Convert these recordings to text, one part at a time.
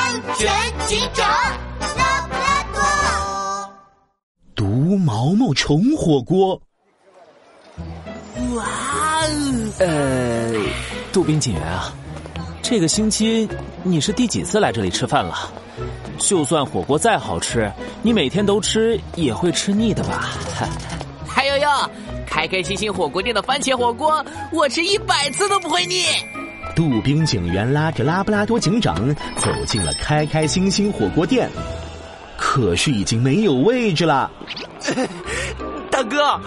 安全警长拉布拉多。 毒毛毛虫火锅。 哇，杜宾警员啊，这个星期你是第几次来这里吃饭了？就算火锅再好吃，你每天都吃也会吃腻的吧？ 还有开开心心火锅店的番茄火锅，我吃100次都不会腻。 杜宾警员拉着拉布拉多警长走进了开开心心火锅店，可是已经没有位置了。 大哥，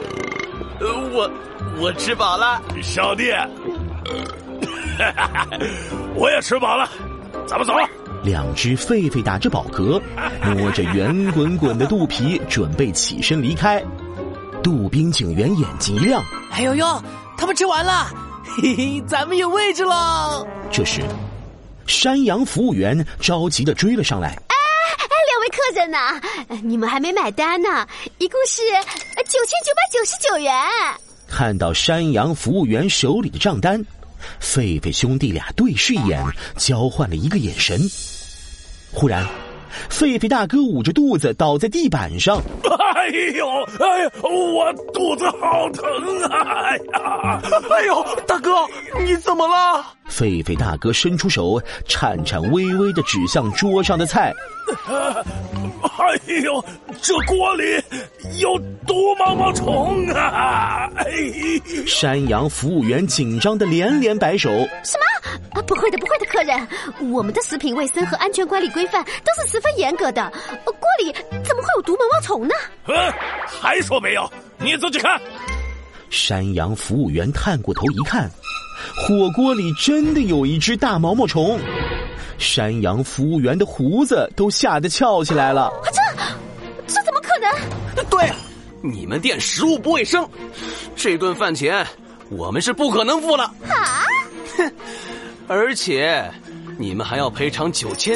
我吃饱了。 小弟，我也吃饱了，咱们走。 两只狒狒打着饱嗝，摸着圆滚滚的肚皮，准备起身离开。杜宾警员眼睛一亮， 哎呦呦，他们吃完了，嘿嘿，咱们有位置了。 这时山羊服务员着急地追了上来。 两位客人呢？你们还没买单呢，一共是9999元。 看到山羊服务员手里的账单，狒狒兄弟俩对视一眼，交换了一个眼神。忽然狒狒大哥捂着肚子倒在地板上。 哎呦，我肚子好疼啊！ 哎呦，大哥，你怎么了？ 狒狒大哥伸出手，颤颤巍巍地指向桌上的菜。 哎呦，这锅里有毒毛毛虫啊！ 山羊服务员紧张地连连摆手。 什么？不会的，客人，我们的食品卫生和安全管理规范都是十分严格的。锅里怎么会有毒毛毛虫呢？ 还说没有？你自己看。 山羊服务员探过头一看，火锅里真的有一只大毛毛虫。山羊服务员的胡子都吓得翘起来了。 这怎么可能？ 对，你们店食物不卫生，这顿饭钱我们是不可能付了。哼，而且你们还要赔偿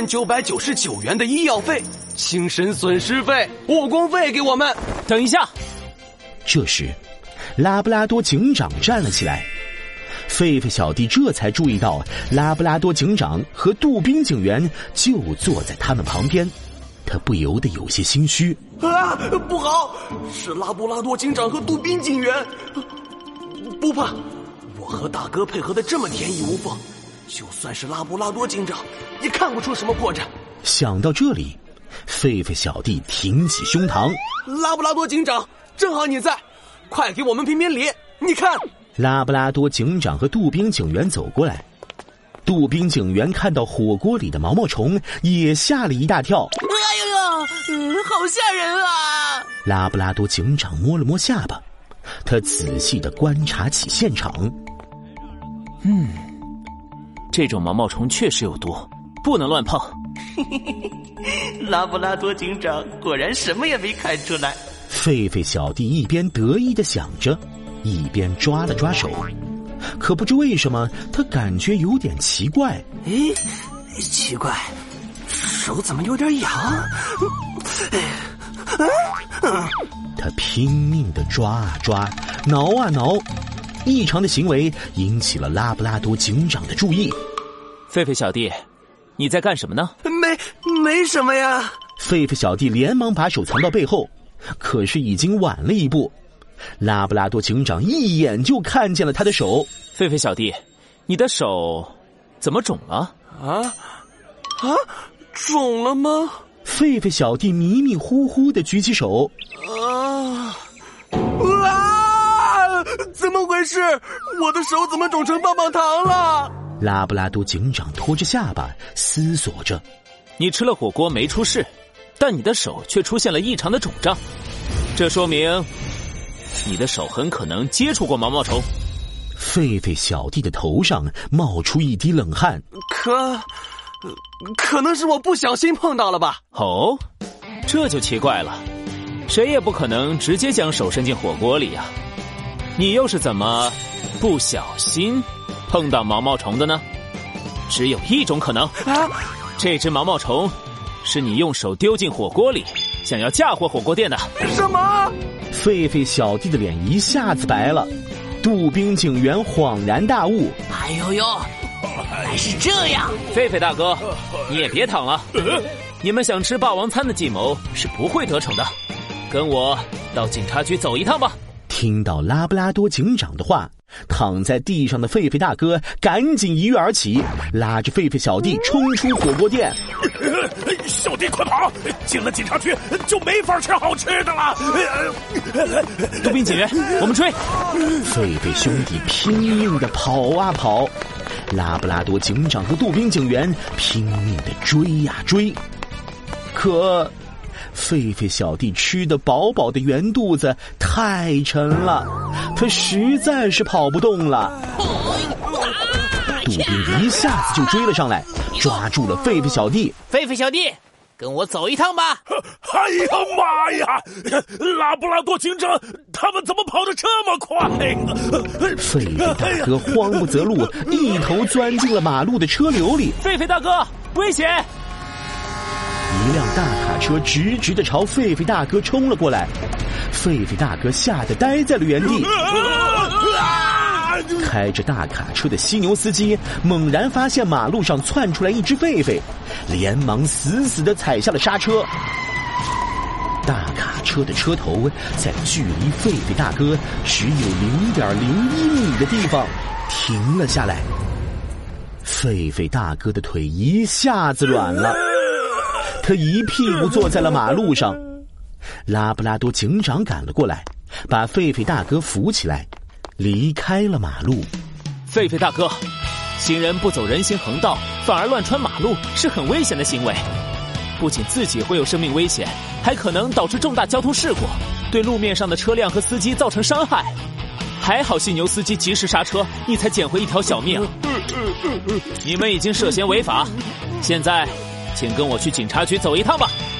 9999元的医药费、精神损失费、误工费给我们。 等一下。 这时拉布拉多警长站了起来，狒狒小弟这才注意到拉布拉多警长和杜宾警员就坐在他们旁边，他不由得有些心虚。 不好，是拉布拉多警长和杜宾警员。不怕，我和大哥配合的这么天衣无缝，就算是拉布拉多警长也看不出什么破绽。 想到这里，狒狒小弟挺起胸膛。 拉布拉多警长，正好你在，快给我们评评理。你看， 拉布拉多警长和杜宾警员走过来，杜宾警员看到火锅里的毛毛虫也吓了一大跳。 哎呦呦，好吓人啊！ 拉布拉多警长摸了摸下巴，他仔细地观察起现场。 这种毛毛虫确实有毒，不能乱碰。 拉布拉多警长果然什么也没看出来。 狒狒小弟一边得意地想着，一边抓了抓手，可不知为什么他感觉有点奇怪。 奇怪，手怎么有点痒？ 他拼命地抓啊抓，挠啊挠，异常的行为引起了拉布拉多警长的注意。 狒狒小弟，你在干什么呢？ 没什么呀。 狒狒小弟连忙把手藏到背后，可是已经晚了一步。拉布拉多警长一眼就看见了他的手。 狒狒小弟，你的手怎么肿了？ 肿了吗？ 狒狒小弟迷迷糊糊地举起手。 怎么回事？我的手怎么肿成棒棒糖了？ 拉布拉多警长拖着下巴思索着。 你吃了火锅没出事，但你的手却出现了异常的肿胀，这说明你的手很可能接触过毛毛虫。 狒狒小弟的头上冒出一滴冷汗。 可能是我不小心碰到了吧。 哦，这就奇怪了，谁也不可能直接将手伸进火锅里呀。你又是怎么不小心碰到毛毛虫的呢？只有一种可能，这只毛毛虫是你用手丢进火锅里，想要嫁祸火锅店的。 什么？ 狒狒小弟的脸一下子白了。杜宾警员恍然大悟。 哎呦呦， 还是这样。 狒狒大哥，你也别躺了。你们想吃霸王餐的计谋是不会得逞的，跟我到警察局走一趟吧。 听到拉布拉多警长的话，躺在地上的狒狒大哥赶紧一跃而起，拉着狒狒小弟冲出火锅店。 小弟快跑！进了警察局就没法吃好吃的了。 杜宾警员，我们追！ 狒狒兄弟拼命地跑啊跑，拉布拉多警长和杜宾警员拼命地追呀追。可狒狒小弟吃得饱饱的圆肚子太沉了，他实在是跑不动了。杜宾一下子就追了上来，抓住了狒狒小弟。 狒狒小弟，跟我走一趟吧。 哎呀妈呀！拉布拉多警长，他们怎么跑得这么快呢？ 狒狒大哥慌不择路，一头钻进了马路的车流里。 狒狒大哥，危险！ 一辆大卡车直直地朝狒狒大哥冲了过来，狒狒大哥吓得呆在了原地。开着大卡车的犀牛司机猛然发现马路上窜出来一只狒狒，连忙死死地踩下了刹车。大卡车的车头在距离狒狒大哥只有0.01米的地方停了下来。狒狒大哥的腿一下子软了，他一屁股坐在了马路上。拉布拉多警长赶了过来，把狒狒大哥扶起来，离开了马路。 狒狒大哥，行人不走人行横道，反而乱穿马路，是很危险的行为。不仅自己会有生命危险，还可能导致重大交通事故，对路面上的车辆和司机造成伤害。还好犀牛司机及时刹车，你才捡回一条小命。你们已经涉嫌违法，现在请跟我去警察局走一趟吧。